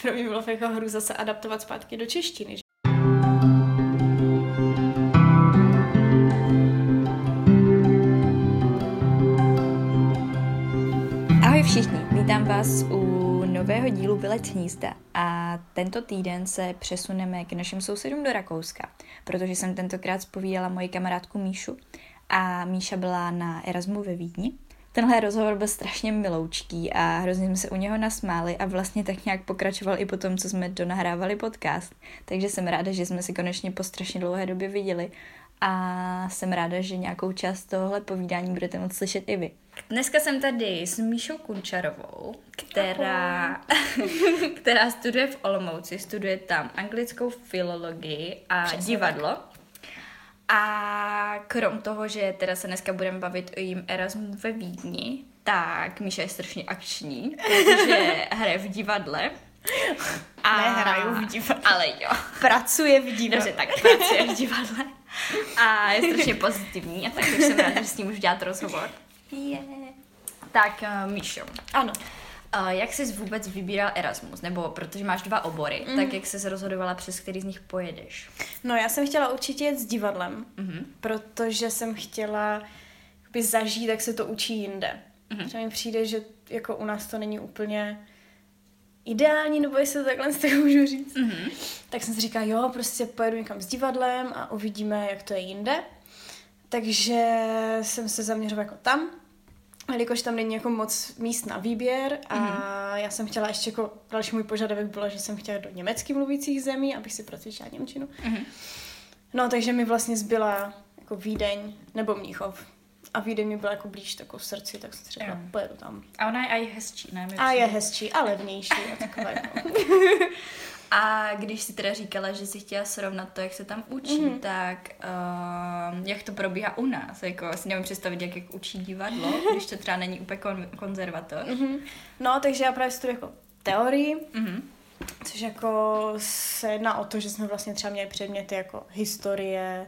pro mě bylo jako hru zase adaptovat zpátky do češtiny. Ahoj všichni, vítám vás u nového dílu Vylec hnízda a tento týden se přesuneme k našim sousedům do Rakouska, protože jsem tentokrát zpovídala moji kamarádku Míšu a Míša byla na Erasmu ve Vídni. Tenhle rozhovor byl strašně miloučký a hrozně jsme se u něho nasmáli a vlastně tak nějak pokračoval i po tom, co jsme donahrávali podcast, takže jsem ráda, že jsme si konečně po strašně dlouhé době viděli a jsem ráda, že nějakou část tohohle povídání budete moct slyšet i vy. Dneska jsem tady s Míšou Kunčarovou, která studuje v Olomouci, studuje tam anglickou filologii a přesně divadlo. A krom toho, že teda se dneska budeme bavit o jejím Erasmu ve Vídni, tak Míša je strašně akční, protože hraje v divadle. Nehraju v divadle. Ale jo. Pracuje v divadle. Dobře, tak pracuje v divadle. A je strašně pozitivní a tak už jsem ráda, že s ním můžu dělat rozhovor. Yeah. Tak Míšo. Ano. Jak jsi vůbec vybíral Erasmus? Nebo protože máš 2 obory, tak jak jsi se rozhodovala, přes který z nich pojedeš? No já jsem chtěla určitě jet s divadlem, protože jsem chtěla zažít, jak se to učí jinde. Protože mi přijde, že jako u nás to není úplně ideální, nebo jestli to takhle tak můžu říct. Tak jsem si říkala, jo, prostě pojedu někam s divadlem a uvidíme, jak to je jinde. Takže jsem se zaměřovala jako tam, jelikož tam není jako moc míst na výběr a já jsem chtěla ještě jako další můj požadavek bylo, že jsem chtěla do německy mluvících zemí, abych si procvičila němčinu. No, takže mi vlastně zbyla jako Vídeň nebo Mnichov. A Vídeň mi byla jako blíž takovou srdci, tak jsem si řekla, pojedu tam. A ona je i hezčí, ne? A je hezčí a levnější a takové jako. A když si teda říkala, že si chtěla srovnat to, jak se tam učí, tak jak to probíhá u nás? Jako si nevím představit, jak učí divadlo, když to třeba není úplně konzervatoř. No, takže já právě studuji jako teorii, což jako se jedná o to, že jsme vlastně třeba měli předměty jako historie,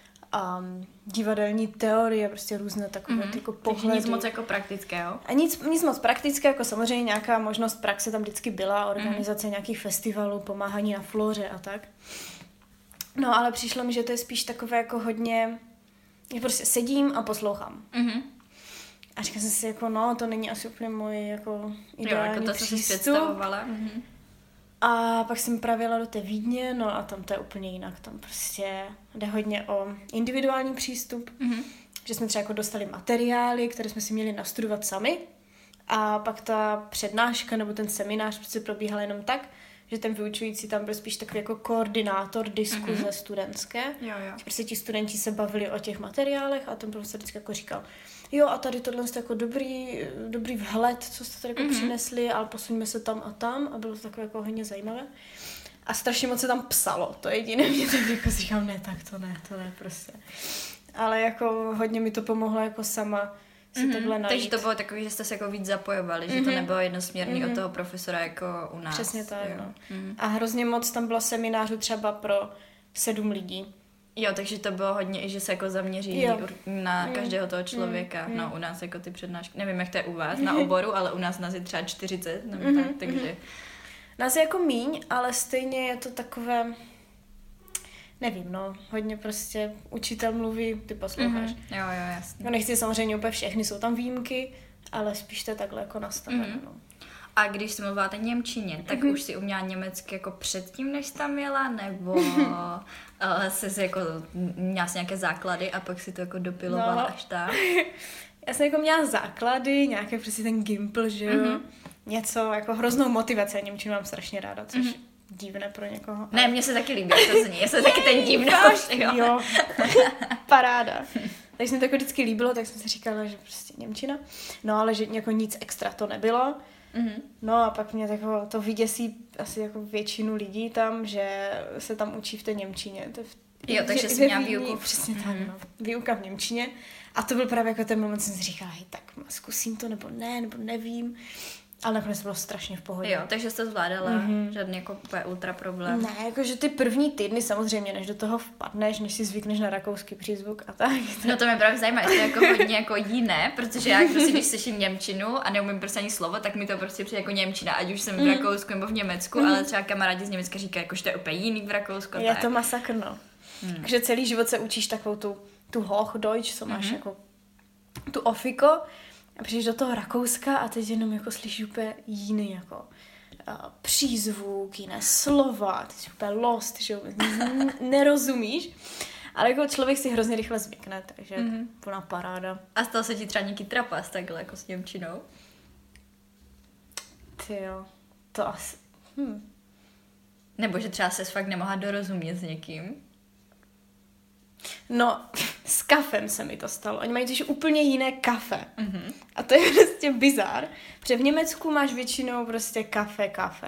divadelní teorie, prostě různé takové jako pohledy. Nic moc jako praktického. A nic moc praktického, jako samozřejmě nějaká možnost praxe tam vždycky byla, organizace nějakých festivalů, pomáhání na flóře a tak. No, ale přišlo mi, že to je spíš takové jako hodně, že prostě sedím a poslouchám. A říkám jsem si jako, no, to není asi úplně můj jako ideální jako to, co přístup. jsi představovala. A pak jsem právě jela do té Vídně, no a tam to je úplně jinak. Tam prostě jde hodně o individuální přístup, že jsme třeba jako dostali materiály, které jsme si měli nastudovat sami a pak ta přednáška nebo ten seminář prostě probíhal jenom tak, že ten vyučující tam byl spíš takový jako koordinátor diskuze studentské. Jo. Prostě ti studenti se bavili o těch materiálech a ten profesor vždycky jako říkal, jo a tady tohle je jako dobrý vhled, co jste tady jako přinesli, ale posuňme se tam a tam a bylo to takové jako hodně zajímavé. A strašně moc se tam psalo, to je jediné, mě tak jako říkám, ne, tak to ne prostě. Ale jako hodně mi to pomohlo jako sama si takhle najít. Takže to bylo takový, že jste se jako víc zapojovali, že to nebylo jednosměrný od toho profesora jako u nás. Přesně tak, no. A hrozně moc tam bylo seminářů třeba pro 7 lidí. Jo, takže to bylo hodně i, že se jako zaměří na každého toho člověka. No, u nás jako ty přednášky, nevím, jak to je u vás, na oboru, ale u nás je třeba 40, nebo tak, takže... Nás je jako míň, ale stejně je to takové, nevím, no, hodně prostě učitel mluví, ty posloucháš. Jo, jasně. No, nechci samozřejmě úplně všechny, jsou tam výjimky, ale spíš to je takhle jako nastavené, no. A když jsi mluvila té němčině, tak už jsi uměla německy jako předtím, než jsi tam jela, nebo jsi jako měla nějaké základy a pak si to jako dopilovala až tam? Já jsem jako měla základy, nějaké prostě ten Gimpl, že jo, něco jako hroznou motivaci, a němčinu mám strašně ráda, což divné pro někoho. Ne, mně se taky líbí, to zní, já jsem taky ten divnoš, jo. Paráda. Takže mi to jako vždycky líbilo, tak jsem si říkala, že prostě němčina. No, ale že jako nic extra to nebylo. No a pak mě to vyděsí asi jako většinu lidí tam, že se tam učí v té němčině. Jo, takže jsi měla výuku. Přesně tak, no. Výuka v němčině. A to byl právě jako ten moment, jsem si říkala, hej, tak zkusím to, nebo ne, nebo nevím. Ale nakonec to bylo strašně v pohodě. Jo, takže jsi to zvládala, žádný jako úplně ultra problém. Ne, jakože ty první týdny samozřejmě, než do toho vpadneš, než si zvykneš na rakouský přízvuk a tak. No to mě právě zajímá, jestli jako hodně jako jiné, protože já prostě, když slyším němčinu a neumím prostě ani slovo, tak mi to prostě přijde jako němčina, ať už jsem v Rakousku nebo v Německu, ale třeba kamarádi z Německa říkají, jako, že to je úplně jiný v Rakousku. Je to masakr, no. Takže celý život se učíš takovou tu Hochdeutsch, co máš jako tu ofiko, a přijdeš do toho Rakouska a teď jenom jako slyšíš úplně jiný jako přízvuk, jiné slova, ty jsi úplně lost, že nerozumíš, ale jako člověk si hrozně rychle zvykne, takže plná paráda. A stal se ti třeba nějaký trapas takhle jako s němčinou? Tyjo, to asi... Nebo že třeba ses fakt nemohla dorozumět s někým? No, s kafem se mi to stalo. Oni mají totiž úplně jiné kafe. A to je prostě bizár. Protože v Německu máš většinou prostě kafe.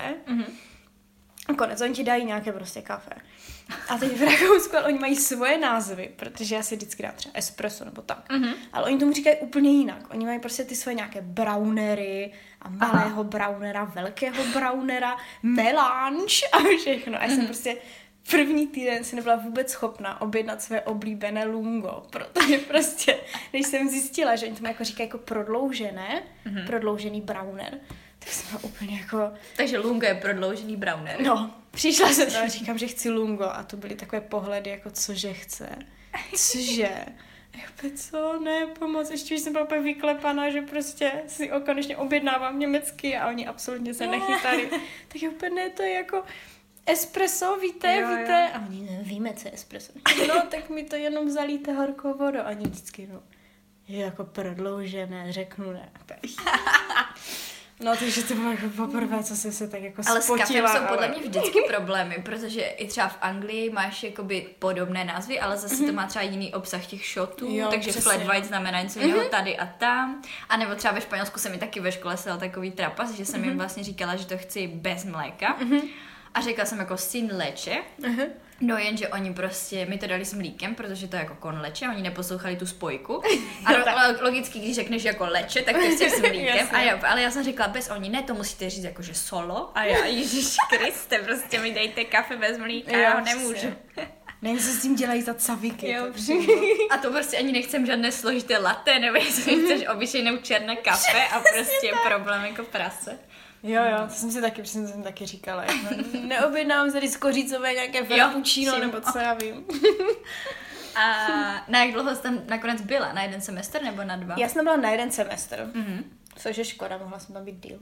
A konec, oni ti dají nějaké prostě kafe. A teď v Rakousku oni mají svoje názvy, protože já si vždycky dám třeba espresso nebo tak. Ale oni tomu říkají úplně jinak. Oni mají prostě ty svoje nějaké brownery a malého brownera, velkého brownera, melange a všechno. A já jsem prostě první týden si nebyla vůbec schopna objednat své oblíbené lungo, protože prostě, když jsem zjistila, že oni tomu jako říkají jako prodloužený browner, tak jsem byla úplně jako... Takže lungo je prodloužený browner. No, přišla jsem tam a říkám, že chci lungo a to byly takové pohledy jako cože chce, cože. Co? Ne, pomoc. Ještě jsem byla úplně vyklepaná, že prostě si konečně objednávám německy a oni absolutně se nechytali. Tak je úplně ne, to je jako... Espresso, víte? A oni nevíme, co je espresso. No, tak mi to jenom zalíte horkou vodu. A oni vždycky, je jako prodloužené, řeknu ne. No, takže to bylo jako poprvé, co jsem se tak jako ale spotila. Ale s kafem jsou podle mě vždycky problémy, protože i třeba v Anglii máš jakoby podobné názvy, ale zase to má třeba jiný obsah těch shotů, takže přesně. Flat white znamená něco jiného tady a tam. A nebo třeba ve Španělsku se mi taky ve škole stal takový trapas, že jsem jim vlastně říkala, že to chci bez mléka. A řekla jsem jako sin leche, no jenže oni prostě mi to dali s mlíkem, protože to je jako con leche, oni neposlouchali tu spojku. A logicky, když řekneš jako leche, tak to chceš s mlíkem. Ale já jsem řekla bez oni, ne, to musíte říct jako, že solo. A já, Ježíš Kriste, prostě mi dejte kafe bez mlíka, já ho nemůžu. Nevím, co s tím dělají za caviky. Jo, a to prostě ani nechcem žádné složité latte, nebo jestli chceš obyčejnou černé kafe a prostě problém jako prase. Jo, to jsem si taky, přesně jsem taky říkala. Neobjednám tady z kořicové nějaké frappuccino, nebo co já vím. A na jak dlouho jsi tam nakonec byla? Na 1 semestr nebo na 2? Já jsem byla na 1 semestr, což je škoda, mohla jsem tam být díl.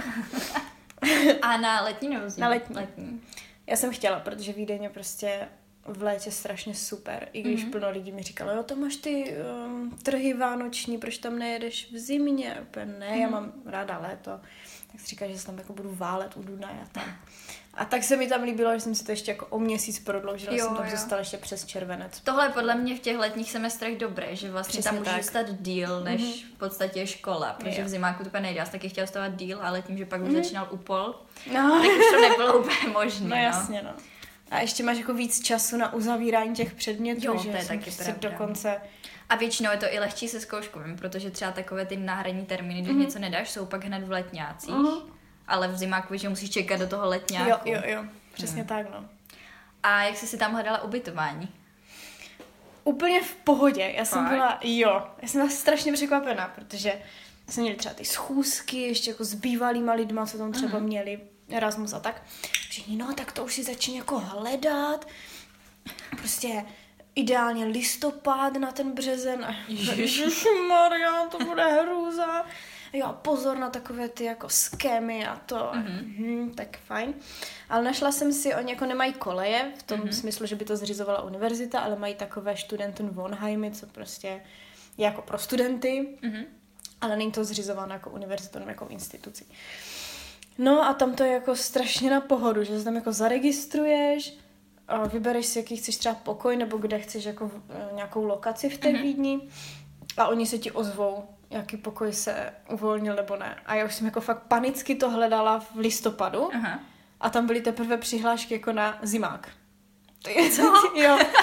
A na letní nebo zimní? Na letní. Já jsem chtěla, protože Vídeň je prostě v létě strašně super. I když plno lidí mi říkalo, jo, to máš ty trhy vánoční, proč tam nejedeš v zimě? Úplně ne, já mám ráda léto. Tak si říká, že se tam jako budu válet u Dunaje a tam. A tak se mi tam líbilo, že jsem si to ještě jako o měsíc prodloužila, jsem tam zůstala ještě přes červenec. Tohle je podle mě v těch letních semestrech dobré, že vlastně přesně tam můžeš zůstat díl, než v podstatě škola, protože v zimáku to nejdá, taky chtěla zůstat díl, ale tím, že pak už začínal úpol, tak už to nebylo úplně možné. No jasně, no. A ještě máš jako víc času na uzavírání těch předmětů, jo, že to je taky pravda. Dokonce... A většinou je to i lehčí se zkouškovým, protože třeba takové ty náhradní termíny, když něco nedáš, jsou pak hned v letňácích. Ale v zimáku, že musíš čekat do toho letňáku. Jo, přesně tak, no. A jak jsi si tam hledala ubytování? Úplně v pohodě. Já jsem byla strašně překvapená, protože jsme měli třeba ty schůzky, ještě jako s bývalýma lidma, co tam třeba měli, Erasmus a tak. Všichni, no tak to už si začíná jako hledat. Prostě ideálně listopad na ten březen. Ježišmarja, to bude hrůza. Jo, pozor na takové ty jako skémy a to. Tak fajn. Ale našla jsem si, oni jako nemají koleje, v tom smyslu, že by to zřizovala univerzita, ale mají takové Studentenwohnheimy, co prostě je jako pro studenty, ale není to zřizováno jako univerzitou, jako instituci. No a tam to je jako strašně na pohodu, že se tam jako zaregistruješ, vybereš si, jaký chceš třeba pokoj, nebo kde chceš jako nějakou lokaci v té Vídni a oni se ti ozvou, jaký pokoj se uvolnil nebo ne. A já už jsem jako fakt panicky to hledala v listopadu a tam byly teprve přihlášky jako na zimák. Co? Jo.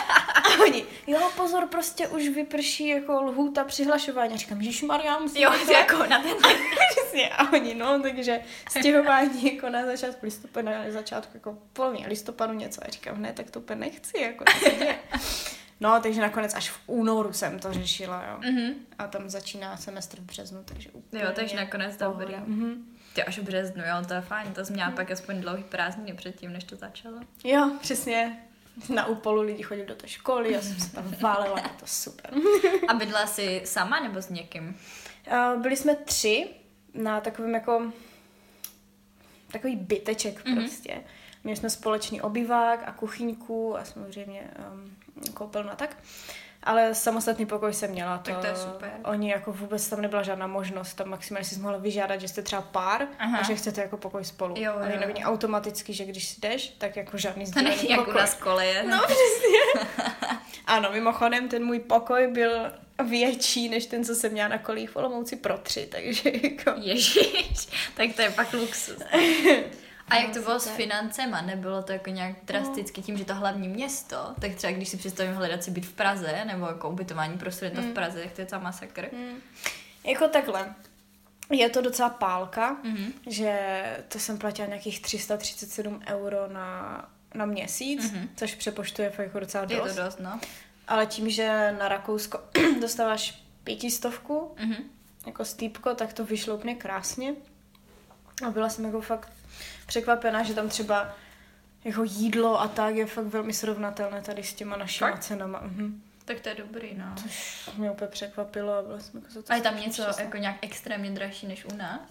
A oni, jo, pozor, prostě už vyprší jako lhůta přihlašování. A říkám, ježišmarja, musím... Jo, jako na ten... Přesně, a oni, no, takže stěhování jako na začátku listopadu, na začátku jako polovině listopadu něco. A říkám, ne, tak to úplně nechci, jako to se děje. No, takže nakonec až v únoru jsem to řešila, jo. Mm-hmm. A tam začíná semestr v březnu, takže úplně... Jo, takže nakonec dobrý. Mm-hmm. Ty až v březnu, jo, to je fajn, to jsi měla pak aspoň dlouhý prázdniny předtím, než to začalo. Jo, přesně. Na Úpolu lidi chodí do té školy, já jsem se tam válila, je to super. A bydlela jsi sama nebo s někým? Byli jsme 3 na takovém jako takový byteček prostě. Měli jsme společný obyvák a kuchyňku a samozřejmě koupelnu a tak. Ale samostatný pokoj jsem měla. Tak to je super. Oni jako vůbec tam nebyla žádná možnost. Tam maximálně si mohla vyžádat, že jste třeba pár a že chcete jako pokoj spolu. Jo. Ale není automaticky, že když jdeš, tak jako žádný sdílený pokoj. To není jak u nás koleje. No přesně. Ano, mimochodem ten můj pokoj byl větší, než ten, co jsem měla na kolích v Olomouci pro 3, takže jako... Ježiš, tak to je pak luxus. A jak to bylo s financema? Nebylo to jako nějak drasticky tím, že to hlavní město? Tak třeba když si představím hledat si byt v Praze, nebo jako ubytování pro studenta v Praze, tak to je celá masakr. Jako takhle. Je to docela pálka, že to jsem platila nějakých 337 euro na měsíc, což přepočtuje fakt jako docela dost. Je to dost, no. Ale tím, že na Rakousko dostáváš 500 jako stýpko, tak to vyšlo úplně krásně. A byla jsem jako fakt překvapená, že tam třeba jako jídlo a tak je fakt velmi srovnatelné tady s těma našimi cenama. Tak to je dobrý, no. Což mě úplně překvapilo a byla jsem jako za to. A je tam něco jako nějak extrémně dražší než u nás?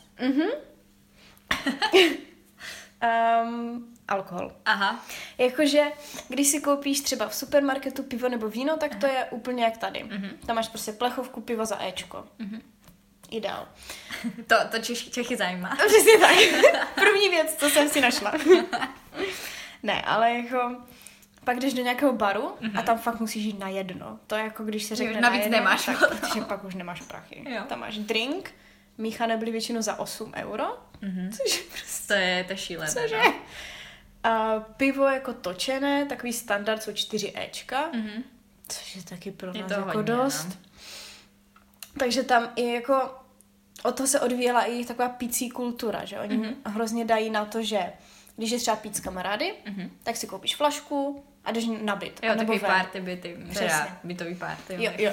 Alkohol. Aha. Jakože, když si koupíš třeba v supermarketu pivo nebo víno, tak to je úplně jak tady. Tam máš prostě plechovku piva za Ečko. Ideál. To Čechy zajímá. Přesně tak. První věc, co jsem si našla. Ne, ale jako pak jdeš do nějakého baru a tam fakt musíš jít na jedno. To je jako když se řekne navíc na jedno, nemáš, tak, protože pak už nemáš prachy. Jo. Tam máš drink, míchané byly většinou za 8 euro. Což prostě... To je šílené. Cože? No. A pivo jako točené, takový standard jsou 4 Ečka. Což je taky pro nás jako hodně, dost. No. Takže tam i jako o to se odvíjela i taková picí kultura, že oni hrozně dají na to, že když je třeba pít s kamarády, tak si koupíš flašku a jdeš na byt. Jo, takový party byty, teda bytový party. Jo.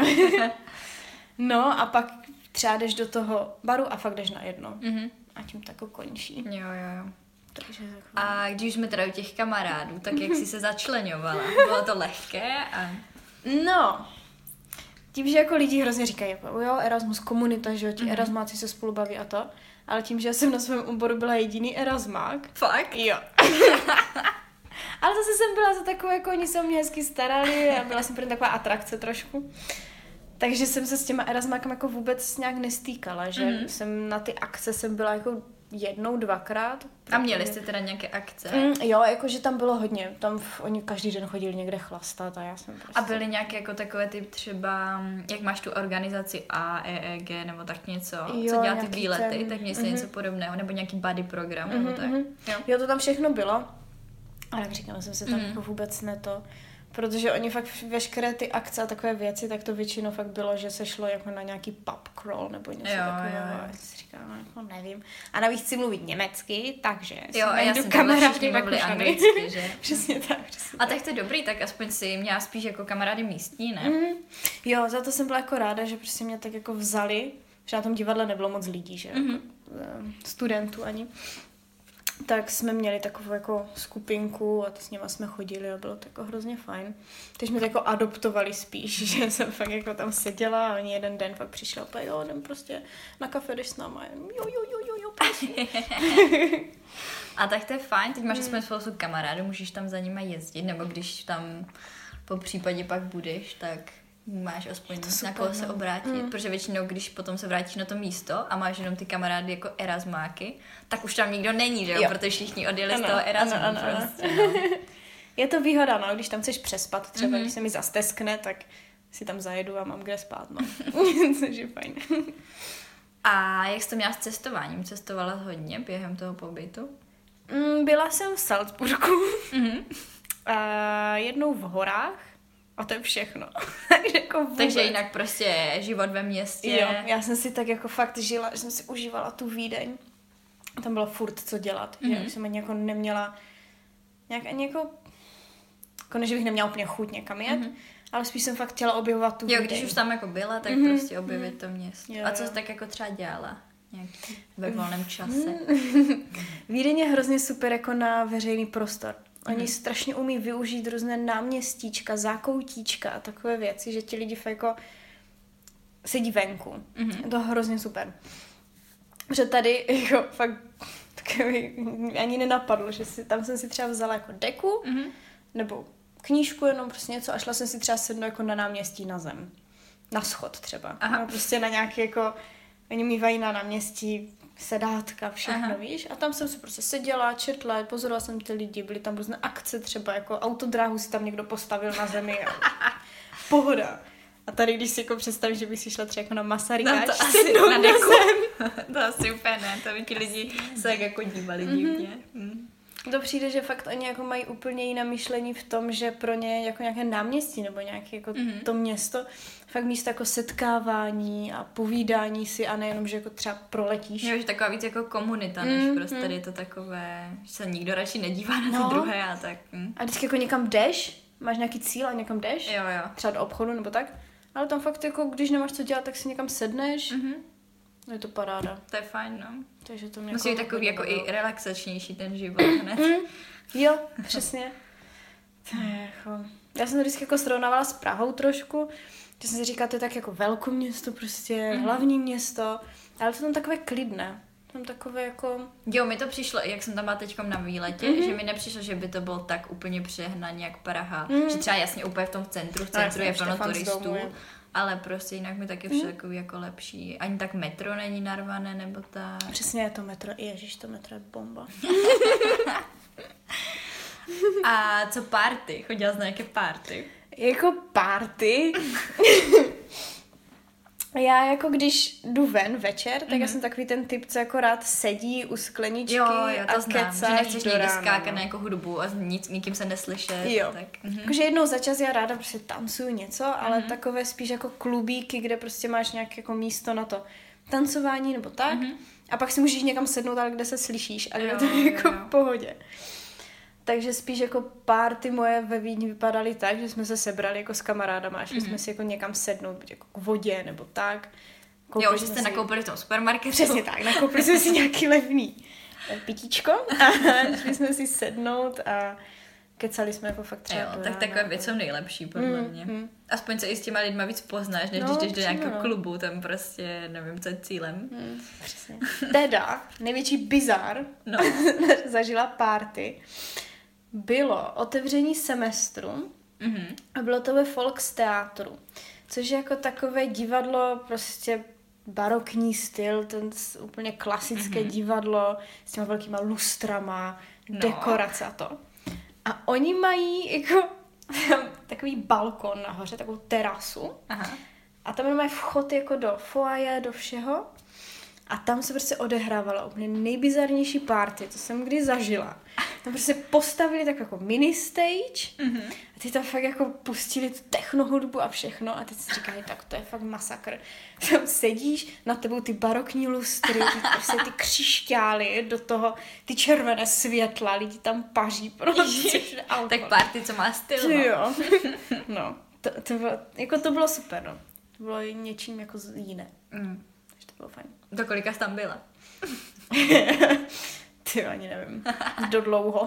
No a pak třeba jdeš do toho baru a fakt jdeš na jedno. A tím tak končí. Jo. Takže a když jsme teda u těch kamarádů, tak jak jsi se začleňovala? Bylo to lehké? No, tím, že jako lidi hrozně říkají, jo, Erasmus komunita, že jo, ti erasmáci se spolu baví a to, ale tím, že já jsem na svém oboru byla jediný erasmák. Fakt? Jo. Ale zase jsem byla za takovou, jako oni se o mě hezky starali a byla jsem pro taková atrakce trošku. Takže jsem se s těma erasmákama jako vůbec nějak nestýkala, že jsem na ty akce jsem byla jako 1, 2krát. A měli jste teda nějaké akce? Jo, jakože tam bylo hodně. Tam oni každý den chodili někde chlastat a já jsem prostě... A byly nějaké jako takové typ třeba, jak máš tu organizaci AEEG nebo tak něco, jo, co dělá ty výlety, tak měli jste něco podobného, nebo nějaký buddy program, nebo tak. Jo, to tam všechno bylo. Ale jak říkám, jsem se tam jako vůbec protože oni fakt veškeré ty akce a takové věci, tak to většinou fakt bylo, že se šlo jako na nějaký pub crawl nebo něco takového. Já si říkám, jako nevím. A navíc chci mluvit německy, takže jo, a já jsem kamarády mluvili anglicky, že? Přesně tak. A tak to je dobrý, tak aspoň si měla spíš jako kamarády místní, ne? Jo, za to jsem byla jako ráda, že prostě mě tak jako vzali, že na tom divadle nebylo moc lidí, že? Jako, studentů ani. Tak jsme měli takovou jako skupinku a s něma jsme chodili a bylo to jako hrozně fajn. Teď jsme to jako adoptovali spíš, že jsem fakt jako tam seděla a oni jeden den fakt přišli a jo, jdem prostě na kafe, jdeš s náma. Jo, prosím. A tak to je fajn, teď máš aspoň spoustu kamarádů, můžeš tam za nima jezdit, nebo když tam po případě pak budeš, tak máš aspoň na koho se obrátit, protože většinou, když potom se vrátíš na to místo a máš jenom ty kamarády jako erasmáky, tak už tam nikdo není, že jo? Protože všichni odjeli z toho Erasmu. Prostě, no. Je to výhoda, no, když tam chceš přespat, třeba když se mi zasteskne, tak si tam zajedu a mám kde spát, no. Což je fajn. A jak jsi to měla s cestováním? Cestovala hodně během toho pobytu? Byla jsem v Salzburgu, jednou v horách, A to je všechno. Takže jako vůbec. Takže jinak prostě život ve městě. Jo, já jsem si tak jako fakt žila, že jsem si užívala tu Vídeň. Tam bylo furt co dělat, že už jsem ani jako neměla nějak ani jako ne, že bych neměla úplně chuť někam jet, ale spíš jsem fakt chtěla objevovat tu Vídeň. Když už tam jako byla, tak prostě objevit to město. Jo, a co jsi tak jako třeba dělala? Nějak ve volném čase? Vídeň je hrozně super jako na veřejný prostor. Oni strašně umí využít různé náměstíčka, zákoutíčka a takové věci, že ti lidi fakt jako sedí venku. Je to hrozně super. Že tady jako fakt takový, ani nenapadlo, že tam jsem si třeba vzala jako deku nebo knížku, jenom prostě něco a šla jsem si třeba sednout jako na náměstí na zem. Na schod třeba. No, prostě na nějaký jako, oni mývají na náměstí sedátka, všechno, víš? A tam jsem si prostě seděla, četla, pozorovala jsem ty lidi, byly tam různé akce, třeba jako autodráhu si tam někdo postavil na zemi a pohoda. A tady, když si jako představím, že bych si šla třeba jako na Masaryka, no to asi na deku. To asi úplně ne, to by ti lidi se tak jako dívali divně. To přijde, že fakt oni jako mají úplně jiné myšlení v tom, že pro ně jako nějaké náměstí nebo nějaké jako to město fakt místo jako setkávání a povídání si a nejenom, že jako třeba proletíš. Je už taková víc jako komunita, než prostě tady je to takové, že se nikdo radši nedívá na ty druhé a tak. A vždycky jako někam jdeš, máš nějaký cíl a někam jdeš, jo. třeba do obchodu nebo tak, ale tam fakt jako, když nemáš co dělat, tak si někam sedneš. Je to paráda. To je fajn, no. Takže to mě musí být takový jako i relaxačnější ten život hned. Jo, přesně. To je jako... Já jsem to vždycky jako srovnávala s Prahou trošku, že jsem si říkala, to je tak jako velkoměsto, prostě hlavní město, ale to tam takové klidné. Tam takové jako... Jo, mi to přišlo, jak jsem tam byla teďkom na výletě, že mi nepřišlo, že by to bylo tak úplně přehnaně jak Praha. Že třeba jasně úplně v tom centru je plno turistů. Ale prostě jinak mi taky však takový jako lepší. Ani tak metro není narvané, nebo tak. Přesně je to metro. Ježiš, to metro je bomba. A co party? Chodila jsi na nějaké party? Jako party? Já jako když jdu ven večer, tak já jsem takový ten typ, co jako rád sedí u skleničky a kecá. Že nechceš někde skákat na jako hudbu a nikým se neslyšet. Jo. Tak. Jakože jednou za čas já ráda prostě tancuju něco, ale takové spíš jako klubíky, kde prostě máš nějaké jako místo na to tancování nebo tak. A pak si můžeš někam sednout, ale kde se slyšíš a je to jako v pohodě. Takže spíš jako party moje ve Vídni vypadaly tak, že jsme se sebrali jako s kamarádama a šli jsme si jako někam sednout, buď jako k vodě nebo tak. Jo, že jste nakoupili v tom supermarketu. Přesně tak, nakoupili jsme si nějaký levný pitíčko a šli jsme si sednout a kecali jsme jako fakt třeba. Jo, tak takové věci jsou nejlepší podle mě. Aspoň se i s těma lidma víc poznáš, než když jdeš do nějakého klubu, tam prostě nevím, co je cílem. Přesně. Teda, největší bizar zažila party. Bylo otevření semestru a bylo to ve Volksteatru, což je jako takové divadlo, prostě barokní styl, ten úplně klasické divadlo s těma velkýma lustrama, dekorace a to. A oni mají jako takový balkon nahoře, takovou terasu. A tam mají vchod jako do foaje, do všeho. A tam se prostě odehrávala úplně nejbizarnější party, co jsem kdy zažila. Tam prostě postavili tak jako mini stage a ty tam fakt jako pustili tu technohudbu a všechno a teď si říkali, tak to je fakt masakr. Tam sedíš, na tebou ty barokní lustry, prostě ty křišťály, do toho ty červené světla, lidi tam paří prostě. Tak party, co má styl, no. Jo. No, to bylo super, no. To bylo něčím jako jiné. Takže to bylo fajn. Do kolika jsi tam byla? Ty ani nevím. Do dlouho.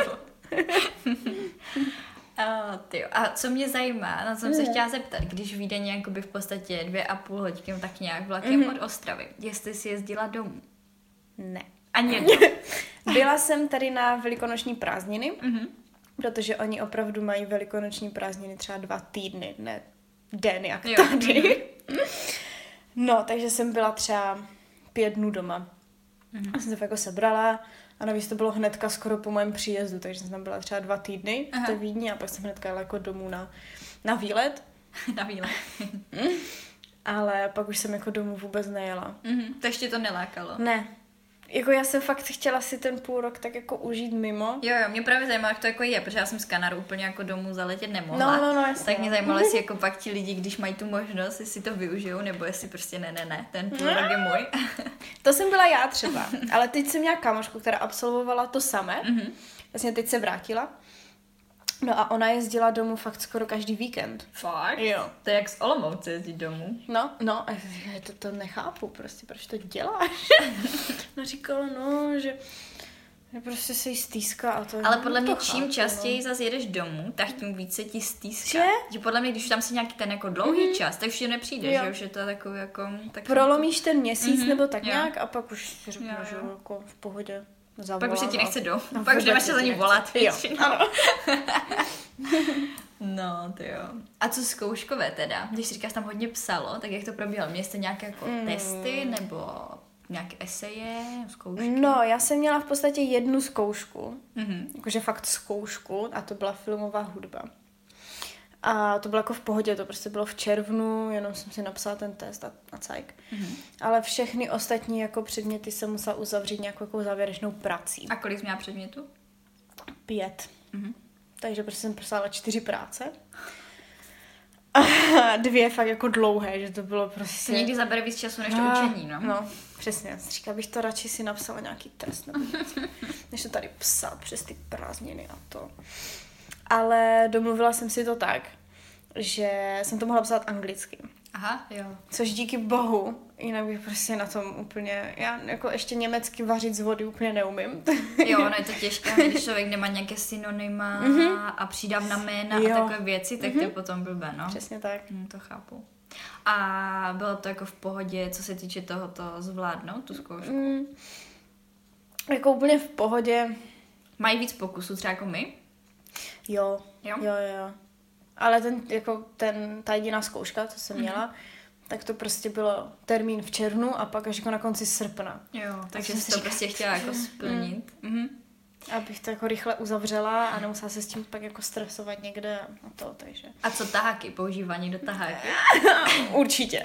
A co mě zajímá, na co jsem se chtěla zeptat, když Vídeň jakoby v podstatě 2,5 hodiny tak nějak vlakem od Ostravy, jestli jsi jezdila domů? Ne. Ani jednou. Byla jsem tady na velikonoční prázdniny, protože oni opravdu mají velikonoční prázdniny třeba 2 týdny, ne den jak tady. No, takže jsem byla třeba 5 dnů doma. A jsem se jako sebrala a navíc to bylo hnedka skoro po mém příjezdu, takže jsem tam byla třeba 2 týdny v té Vídni a pak jsem hnedka jela jako domů na výlet. Na výlet. Ale pak už jsem jako domů vůbec nejela. To ještě to nelákalo? Ne. Jako já jsem fakt chtěla si ten půl rok tak jako užít mimo. Jo, mě právě zajímalo, jak to jako je, protože já jsem z Kanaru úplně jako domů zaletět nemohla. No, jasně. Tak mě zajímalo, jestli jako pak ti lidi, když mají tu možnost, jestli to využijou, nebo jestli prostě ne, ten půl rok je můj. To jsem byla já třeba, ale teď jsem měla kamošku, která absolvovala to samé. Vlastně teď se vrátila. No a ona jezdila domů fakt skoro každý víkend. Fakt? Jo. To je jak z Olomouce jezdit domů. No, a já to nechápu prostě, proč to děláš? No říkala, že prostě se jí stýská a to... Ale podle mě čím častěji zase jedeš domů, tak tím více ti stýská. Že podle mě, když tam si nějaký ten jako dlouhý čas, tak už ti nepřijde, že už je to takový jako... Prolomíš ten měsíc nebo tak nějak a pak už si řeknu, že jako v pohodě. Zavolám, pak už se ti nechce pak už nemáš se za ní volat. Jo, ano. No, to jo. A co zkouškové teda? Když si říkáš, tam hodně psalo, tak jak to probíhalo? Měli jste nějaké jako testy nebo nějaké eseje, zkoušky? No, já jsem měla v podstatě jednu zkoušku, jakože fakt zkoušku, a to byla filmová hudba. A to bylo jako v pohodě, to prostě bylo v červnu, jenom jsem si napsala ten test a cajk. Ale všechny ostatní jako předměty jsem musela uzavřít nějakou jako závěrečnou prací. A kolik jsi měla předmětů? 5. Takže prostě jsem poslala 4 práce. A 2 fakt jako dlouhé, že to bylo prostě... To někdy zabere víc času než to učení, no. No, přesně. Říkala bych to radši si napsala nějaký test, nebo než to tady psát přes ty prázdniny a to. Ale domluvila jsem si to tak, že jsem to mohla psát anglicky. Aha, jo. Což díky bohu, jinak bych prostě na tom úplně, já jako ještě německy vařit z vody úplně neumím. Jo, ono je to těžké, když člověk nemá nějaké synonyma a přidávna jména a takové věci, tak to je potom blbé, no. Přesně tak. To chápu. A bylo to jako v pohodě, co se týče tohoto zvládnout, tu zkoušku? Jako úplně v pohodě. Mají víc pokusů třeba jako my? Jo. Ale ta jediná zkouška, co jsem měla, tak to prostě bylo termín v červnu a pak až jako na konci srpna. Jo, takže jsi to prostě chtěla jako splnit. Abych to jako rychle uzavřela a nemusela se s tím pak jako stresovat někde a to, takže. A co taháky? Používání do taháky? Určitě.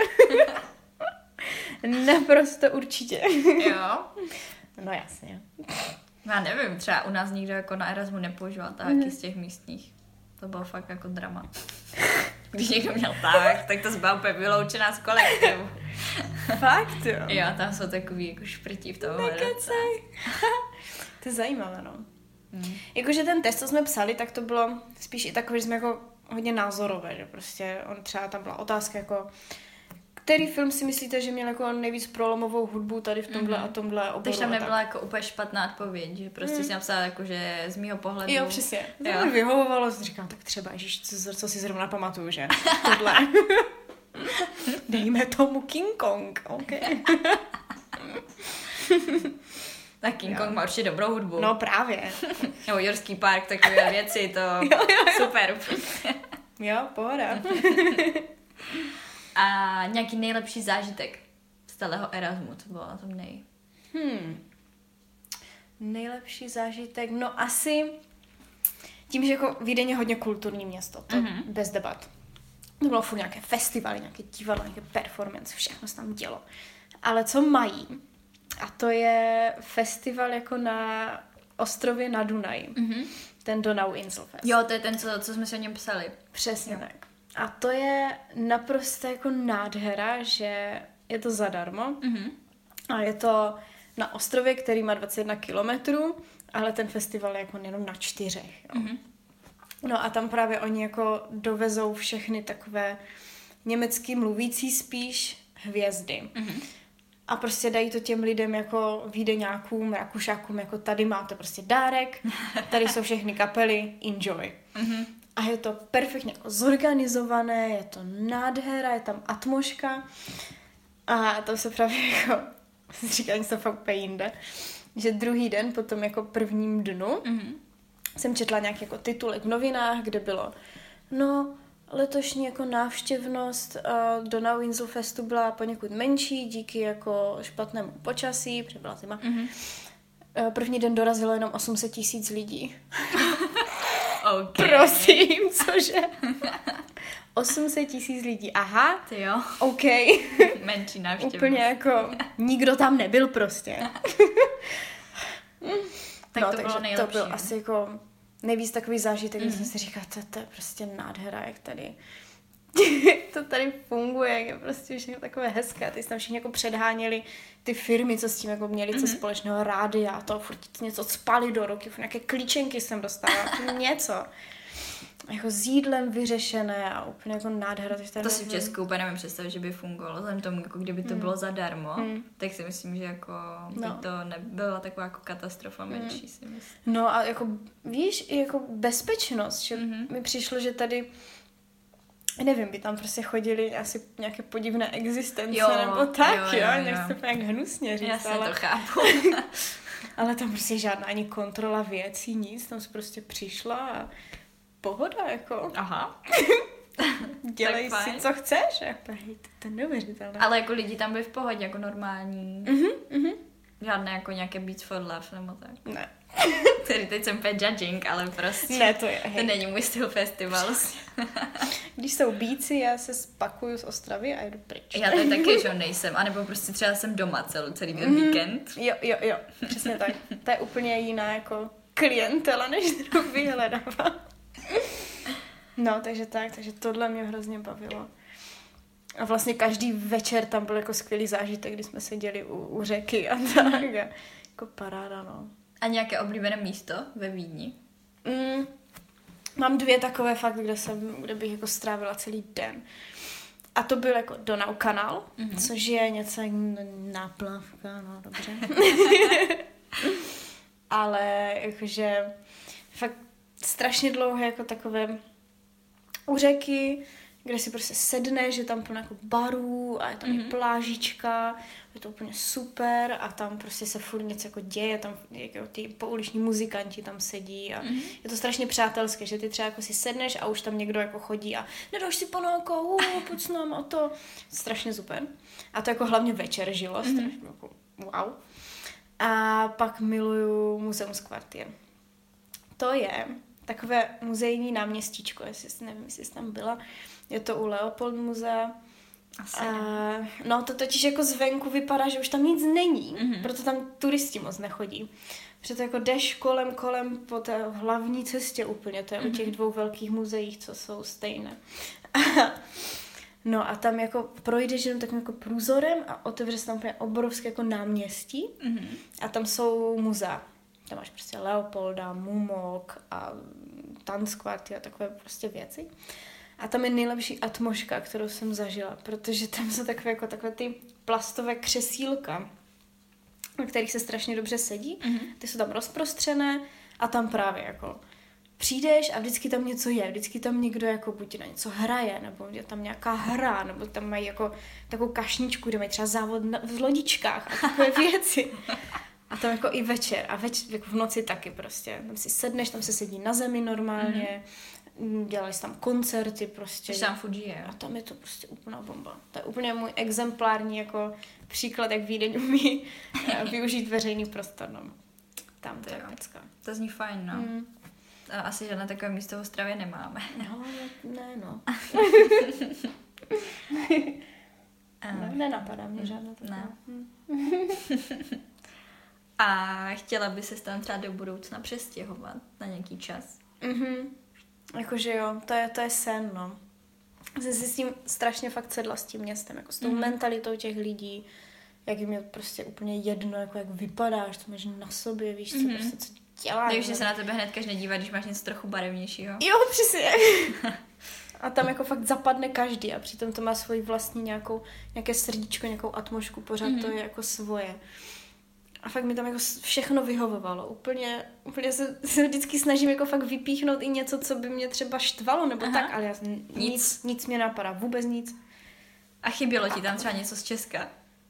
Naprosto určitě. Jo? No jasně. Já nevím, třeba u nás nikdo jako na Erasmu nepoužíval taháky z těch místních. To bylo fakt jako drama. Když někdo měl tak to byla úplně vyloučená z kolektivu. Fakt jo? Jo, tam jsou takový jako šprtí v tom. Nekecej. To je zajímavé, no. Jakože ten test, co jsme psali, tak to bylo spíš i takový, že jsme jako hodně názorové, že prostě třeba tam byla otázka jako který film si myslíte, že měl jako nejvíc prolomovou hudbu tady v tomhle a tomhle oboru? Takže tam nebyla jako úplně špatná odpověď, že prostě si napsala jako, že z mýho pohledu... Jo, přesně. To mi vyhovovalo, říkám, tak třeba, ježiš, co si zrovna pamatuju, že? Tohle. Dejme tomu King Kong, ok. Tak King Kong má určitě dobrou hudbu. No právě. Nebo Jorský park, takové věci, to super. Jo, pohoda. A nějaký nejlepší zážitek z celého Erasmu, co bylo na tom Nejlepší zážitek, no asi tím, že jako Vídeň je hodně kulturní město, to bez debat. To bylo furt nějaké festivaly, nějaké divadlo, nějaké performance, všechno se tam dělo. Ale co mají, a to je festival jako na ostrově na Dunaji, ten Donauinselfest. Jo, to je ten, co jsme si o něm psali. Přesně tak. A to je naprosto jako nádhera, že je to zadarmo. A je to na ostrově, který má 21 kilometrů, ale ten festival je jako jenom na 4. No a tam právě oni jako dovezou všechny takové německy mluvící spíš hvězdy. A prostě dají to těm lidem jako vídeňákům, rakušákům, jako tady máte prostě dárek, tady jsou všechny kapely, enjoy. A je to perfektně jako zorganizované, je to nádhera, je tam atmosféra. A to se právě jako, říká něco fakt úplně jinde, že druhý den po tom jako prvním dnu jsem četla nějaký jako titulek v novinách, kde bylo, letošní jako návštěvnost Donauinselfestu byla poněkud menší díky jako špatnému počasí, protože byla zima. První den dorazilo jenom 800 000 lidí. Okay. Prosím, cože? 800 000 lidí, aha. Ty jo. OK. Menší návštěvnost. Úplně jako, nikdo tam nebyl prostě. Tak no, to bylo takže nejlepší. To byl asi jako nejvíc takový zážitek, kdy jsem si říkala, to je prostě nádhera, jak tady to tady funguje, jak je prostě všechno takové hezké. Ty tam všichni jako předháněli ty firmy, co s tím jako měli, co společného rádia a to furt něco cpali do ruky, nějaké klíčenky jsem dostala, něco. Jako s jídlem vyřešené a úplně jako nádhera. To si v Česku úplně nevím představit, že by fungovalo. Vzhledem tomu, jako kdyby to bylo zadarmo, tak si myslím, že jako by to nebyla taková jako katastrofa menší, si myslím. No a jako víš, i jako bezpečnost, že mi přišlo, že tady nevím, by tam prostě chodili asi nějaké podivné existence, nebo tak, jo. Nechci to nějak hnusně říct, já ale to chápu. Ale tam prostě žádná ani kontrola věcí, nic, tam se prostě přišla a pohoda, jako. Aha. Dělej si, co chceš. Hej, to je neuvěřitelné. Ale jako lidi tam byli v pohodě, jako normální. Žádné jako nějaké Beats for Love, nebo tak. Ne. Tedy teď jsem úplně judging, ale prostě. Ne, to je, hej. To není můj styl festival. Když jsou bíci, já se spakuju z Ostravy a jdu pryč. Já tady taky, že nejsem. A nebo prostě třeba jsem doma celý ten víkend. Jo, přesně tak. To je úplně jiná jako klientela, než kterou vyhledávám. No, takže tohle mě hrozně bavilo. A vlastně každý večer tam byl jako skvělý zážitek, kdy jsme seděli u řeky a tak. A jako paráda, no. A nějaké oblíbené místo ve Vídni? Mám 2 takové fakt, kde bych jako strávila celý den. A to byl jako Donaukanál, což je něco jak náplavka, no dobře. Ale jakože fakt strašně dlouho jako takové u řeky, kde si prostě sedneš, že tam plno jako barů a je tam i plážička, je to úplně super a tam prostě se furt něco jako děje, tam jako ty pouliční muzikanti tam sedí a je to strašně přátelské, že ty třeba jako si sedneš a už tam někdo jako chodí a nedáš si panáka, pojď s náma a to. Strašně super. A to jako hlavně večer žilo, strašně jako wow. A pak miluju Muzeum Skvartier. To je takové muzejní náměstíčko, nevím, jestli jsi tam byla. Je to u Leopold muzea. No to totiž jako zvenku vypadá, že už tam nic není, proto tam turisti moc nechodí. Protože to jako jdeš kolem po té hlavní cestě úplně, to je u těch 2 velkých muzeích, co jsou stejné. No a tam jako projdeš jenom takovým jako průzorem a otevře se tam úplně obrovské jako náměstí a tam jsou muzea. Tam máš prostě Leopolda, Mumok a Tanzquartier a takové prostě věci. A tam je nejlepší atmosféra, kterou jsem zažila, protože tam jsou takové ty plastové křesílka, na kterých se strašně dobře sedí. Ty jsou tam rozprostřené a tam právě jako přijdeš a vždycky tam něco je, vždycky tam někdo jako buď na něco hraje, nebo je tam nějaká hra, nebo tam mají jako takovou kašničku, kde mají třeba závod v lodičkách a takové věci. A tam jako i večer a jako v noci taky prostě. Tam si sedneš, tam se sedí na zemi normálně, dělají se tam koncerty prostě. Když tam Fuji je. A tam je to prostě úplná bomba. To je úplně můj exemplární jako příklad, jak Vídeň umí využít veřejný prostor. No. Tam to je pecka. To zní fajn, no. A asi žádné takové místo v Ostravě nemáme. No, no. Nenapadá mě žádné takové. A chtěla by se tam třeba do budoucna přestěhovat na nějaký čas? Jakože jo, to je sen, no. Jsem si s tím strašně fakt sedla s tím městem, jako s tou mentalitou těch lidí, jak jim je prostě úplně jedno, jako jak vypadáš, co máš na sobě, víš, co prostě co děláš. Takže se na tebe hned každý dívá, když máš něco trochu barevnějšího. Jo, přesně. A tam jako fakt zapadne každý a přitom to má svoji vlastní nějaké srdíčko, nějakou atmosféru, pořád to je jako svoje. A fakt mi tam jako všechno vyhovovalo. Úplně se vždycky snažím jako fakt vypíchnout i něco, co by mě třeba štvalo, nebo tak, ale já nic mě napadá, vůbec nic. A chybělo ti tam třeba něco z Česka?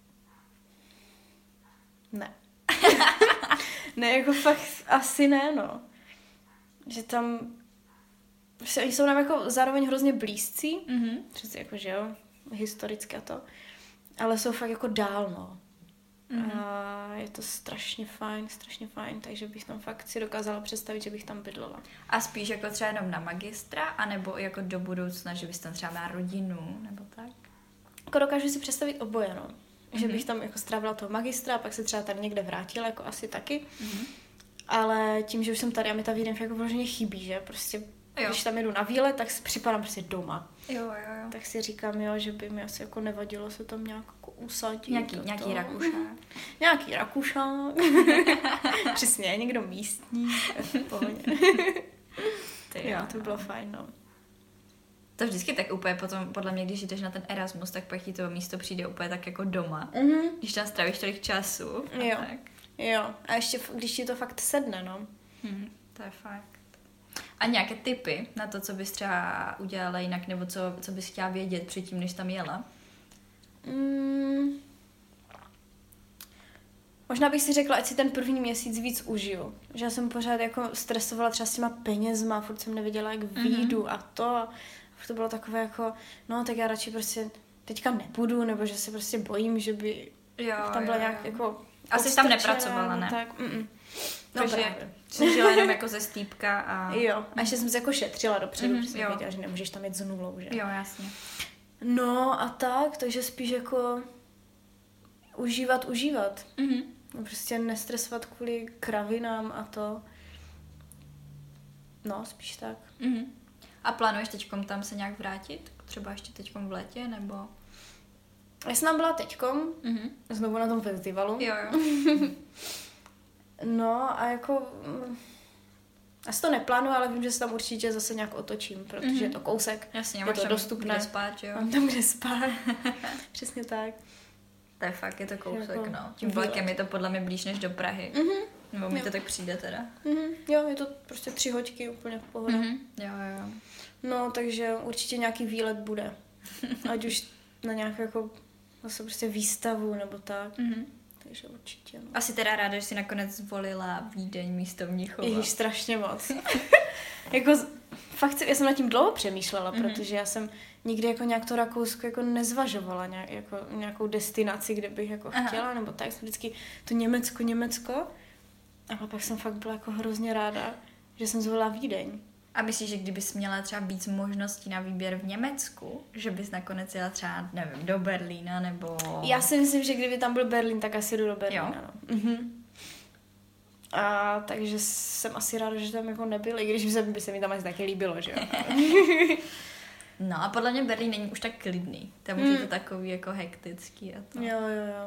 Ne. Ne, jako fakt asi ne, no. Že tam oni jsou nám jako zároveň hrozně blízcí, přeci jako, že jo, historicky a to, ale jsou fakt jako dál, no. A je to strašně fajn, takže bych tam fakt si dokázala představit, že bych tam bydlela. A spíš jako třeba jenom na magistra, anebo jako do budoucna, že bys tam třeba měla rodinu, nebo tak? Jako dokážu si představit oboje, no. Že bych tam jako strávila toho magistra a pak se třeba tady někde vrátila, jako asi taky. Ale tím, že už jsem tady a mi ta Vídeň jako vloženě chybí, že prostě, když tam jedu na výlet, tak si připadám prostě doma. Jo. Tak si říkám, že by mi asi jako nevadilo se tam nějak jako usadit. Nějaký Rakušák. Nějaký Rakušák. Přesně, někdo místní. V pohodě. Jo, to bylo fajn, no. To vždycky tak úplně potom, podle mě, když jdeš na ten Erasmus, tak pak ti to místo přijde úplně tak jako doma. Když tam strávíš tolik času. Tak. Jo, a ještě když ti to fakt sedne, no. To je fakt. A nějaké tipy na to, co bys třeba udělala jinak, nebo co bys chtěla vědět předtím, než tam jela? Možná bych si řekla, ať si ten první měsíc víc užiju. Že já jsem pořád jako stresovala třeba s těma penězma, furt jsem nevěděla, jak vyjdu a to. A to bylo takové jako, no tak já radši prostě teďka nepůjdu, nebo že se prostě bojím, že by tam byla nějak jako... Asi jsi tam nepracovala, ne? Tak, No takže jsi žila jenom jako ze stýpka a... Jo, a ještě jsem se jako šetřila dopředu, protože jsem věděla, že nemůžeš tam jít s nulou, že? Jo, jasně. No a tak, takže spíš jako užívat. Prostě nestresovat kvůli kravinám a to. No, spíš tak. A plánuješ teďkom tam se nějak vrátit? Třeba ještě teďkom v létě, nebo... Já jsem tam byla teďkom, znovu na tom festivalu. Jo. No a jako... Asi to neplánuji, ale vím, že se tam určitě zase nějak otočím, protože je to kousek. Jasně, je máš to tam dostupné. Kde spát, jo? Mám tam kde spát. Přesně tak. To je fakt, je to kousek, jako no. Tím vlakem je to podle mě blíž než do Prahy. Nebo mi to tak přijde teda. Jo, je to prostě 3 hoďky úplně v pohodě. Jo. No, takže určitě nějaký výlet bude. Ať už na nějakou jako zase prostě výstavu nebo tak. Takže určitě. No. Asi teda ráda, že si nakonec zvolila Vídeň místo Mnichova. Ježíš, strašně moc. Jako fakt, já jsem nad tím dlouho přemýšlela, protože já jsem nikdy jako nějak to Rakousko jako nezvažovala, jako nějakou destinaci, kde bych jako chtěla, nebo tak, jsem vždycky to Německo. A pak jsem fakt byla jako hrozně ráda, že jsem zvolila Vídeň. A myslíš, že kdybys měla třeba víc možností na výběr v Německu, že bys nakonec jela třeba, nevím, do Berlína, nebo... Já si myslím, že kdyby tam byl Berlín, tak asi jdu do Berlína, no. A takže jsem asi ráda, že tam jako nebyl, i když by se mi tam asi taky líbilo, že jo. No a podle mě Berlín není už tak klidný. Tam už je to takový jako hektický a to. Jo.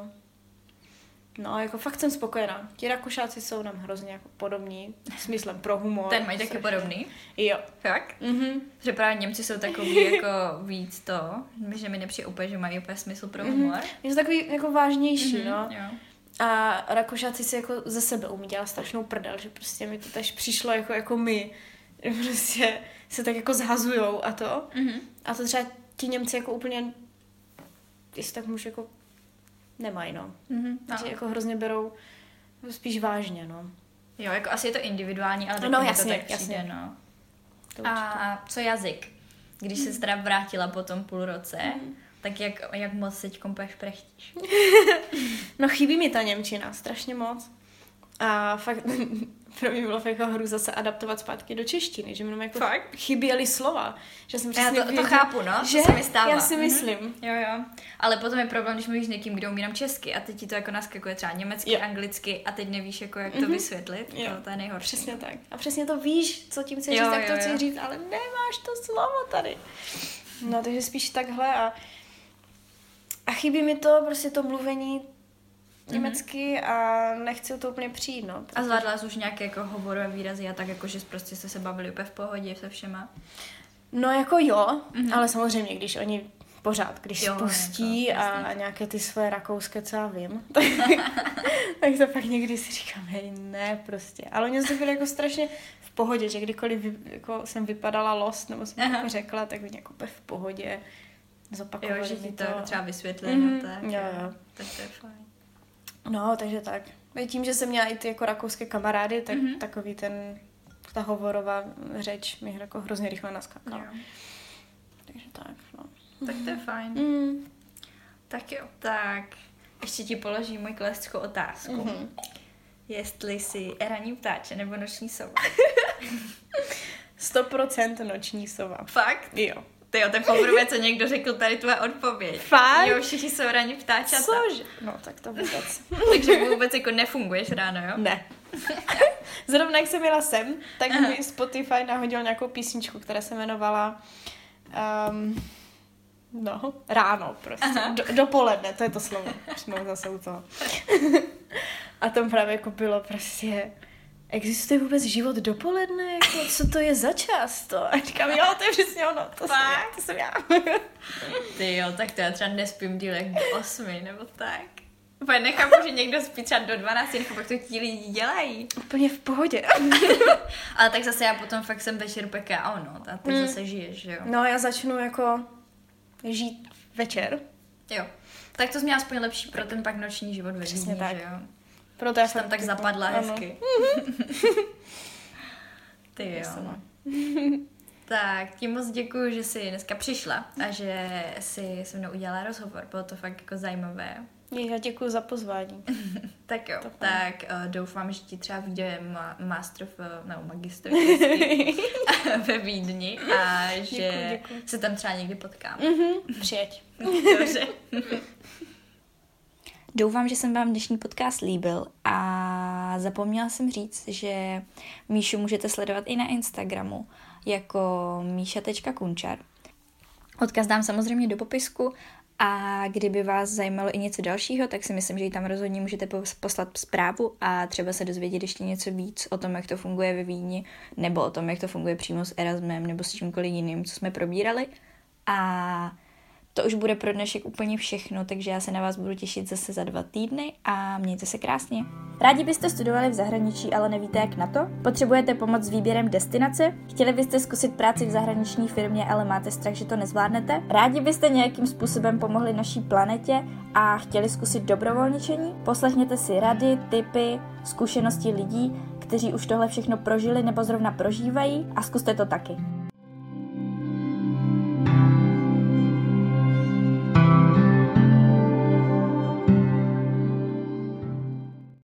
No, jako fakt jsem spokojená. Ti Rakušáci jsou nám hrozně jako podobní, smyslem pro humor. Ten mají taky podobný? Jo. Fakt? Že právě Němci jsou takový jako víc to, že mi nepřijde úplně, že mají úplně smysl pro humor. Jsou takový jako vážnější, no. Jo. A Rakušáci si jako ze sebe umí dělat strašnou prdel, že prostě mi to tež přišlo jako my. Prostě se tak jako zhazujou a to. A to třeba ti Němci jako úplně, jestli tak můžu jako nemají, no. Takže jako hrozně berou spíš vážně, no. Jo, jako asi je to individuální, ale taky no, mi jasně, to tak přijde, no. To a co jazyk? Když se teda vrátila po tom půl roce, tak jak moc teď prechtíš? No chybí mi ta němčina, strašně moc. A fakt pro mě bylo jako hru se adaptovat zpátky do češtiny, že mi jako chyběly slova. Že jsem já to chápu, no, že to se mi stává. Já si myslím. Jo. Ale potom je problém, když mluvíš s někým, kdo umí nám česky a teď ti to jako naskakuje třeba německy, anglicky a teď nevíš, jako, jak to vysvětlit. To je nejhorší. Přesně tak. A přesně to víš, co tím chceš říct, tak to chceš říct, ale nemáš to slovo tady. No, takže spíš takhle a chybí mi to, prostě to mluvení německy a nechci to úplně přijít, no. A zvládla jsi už nějaké jako hovorové výrazy a tak jako, že prostě jste se bavili úplně v pohodě se všema? No jako jo, ale samozřejmě, když oni pořád, když spustí jako, a nějaké ty svoje rakouské, co já vím, tak to pak někdy si říkám, hej, ne prostě. Ale oni to byli jako strašně v pohodě, že kdykoliv jako jsem vypadala lost, nebo jsem jako řekla, tak oni jako v pohodě zopakovali. Jo, že ti to třeba vysvětlili, tak. Jo. Tak to je fajn. No, takže tak. Tím, že jsem měla i ty jako rakouské kamarády, tak takový ta hovorová řeč mi jako hrozně rychle naskákala. Takže tak, no. Tak to je fajn. Tak jo, tak ještě ti položím moji klasickou otázku. Jestli jsi ranní ptáče nebo noční sova. 100% noční sova. Fakt? Jo. Tyjo, to je poprvé, co někdo řekl tady tvoje odpověď. Fakt? Jo, všichni jsou ranní ptáčata. Cože? No, tak to vůbec. Takže vůbec jako nefunguješ ráno, jo? Ne. Zrovna jak jsem jela sem, tak mi Spotify nahodil nějakou písničku, která se jmenovala ráno prostě. Dopoledne, to je to slovo. Přímo zase u toho. A tam právě jako bylo prostě, existuje vůbec život dopoledne? Jako, co to je za čas to? A říkám, jo, to je přesně ono, to jsem já. Ty jo, tak to já třeba nespím díl jak do 8, nebo tak. Úplně nechápu, že někdo spí třeba do 12, nechápu, jak to ti lidi dělají. Úplně v pohodě. Ale tak zase já potom fakt jsem večer PKO, no, a ty zase žiješ, jo? No, já začnu jako žít večer. Jo. Tak to jsi měla aspoň lepší pro ten pak noční život ve Vídni, že jo? Proto já jsem tam tak zapadla hezky. Ty jo. Tak, ti moc děkuju, že jsi dneska přišla a že jsi se mnou udělala rozhovor. Bylo to fakt jako zajímavé. Já děkuju za pozvání. Tak jo, tak doufám, že ti třeba vyjde magistr ve Vídni a že děkuju. se tam třeba někdy potkáme. Přijeď. Dobře. Doufám, že jsem vám dnešní podcast líbil a zapomněla jsem říct, že Míšu můžete sledovat i na Instagramu jako míša.kunčar. Odkaz dám samozřejmě do popisku a kdyby vás zajímalo i něco dalšího, tak si myslím, že ji tam rozhodně můžete poslat zprávu a třeba se dozvědět ještě něco víc o tom, jak to funguje ve Vídni, nebo o tom, jak to funguje přímo s Erasmem nebo s čímkoliv jiným, co jsme probírali. A to už bude pro dnešek úplně všechno, takže já se na vás budu těšit zase za 2 týdny a mějte se krásně. Rádi byste studovali v zahraničí, ale nevíte jak na to? Potřebujete pomoc s výběrem destinace? Chtěli byste zkusit práci v zahraniční firmě, ale máte strach, že to nezvládnete? Rádi byste nějakým způsobem pomohli naší planetě a chtěli zkusit dobrovolničení? Poslechněte si rady, tipy, zkušenosti lidí, kteří už tohle všechno prožili nebo zrovna prožívají a zkuste to taky.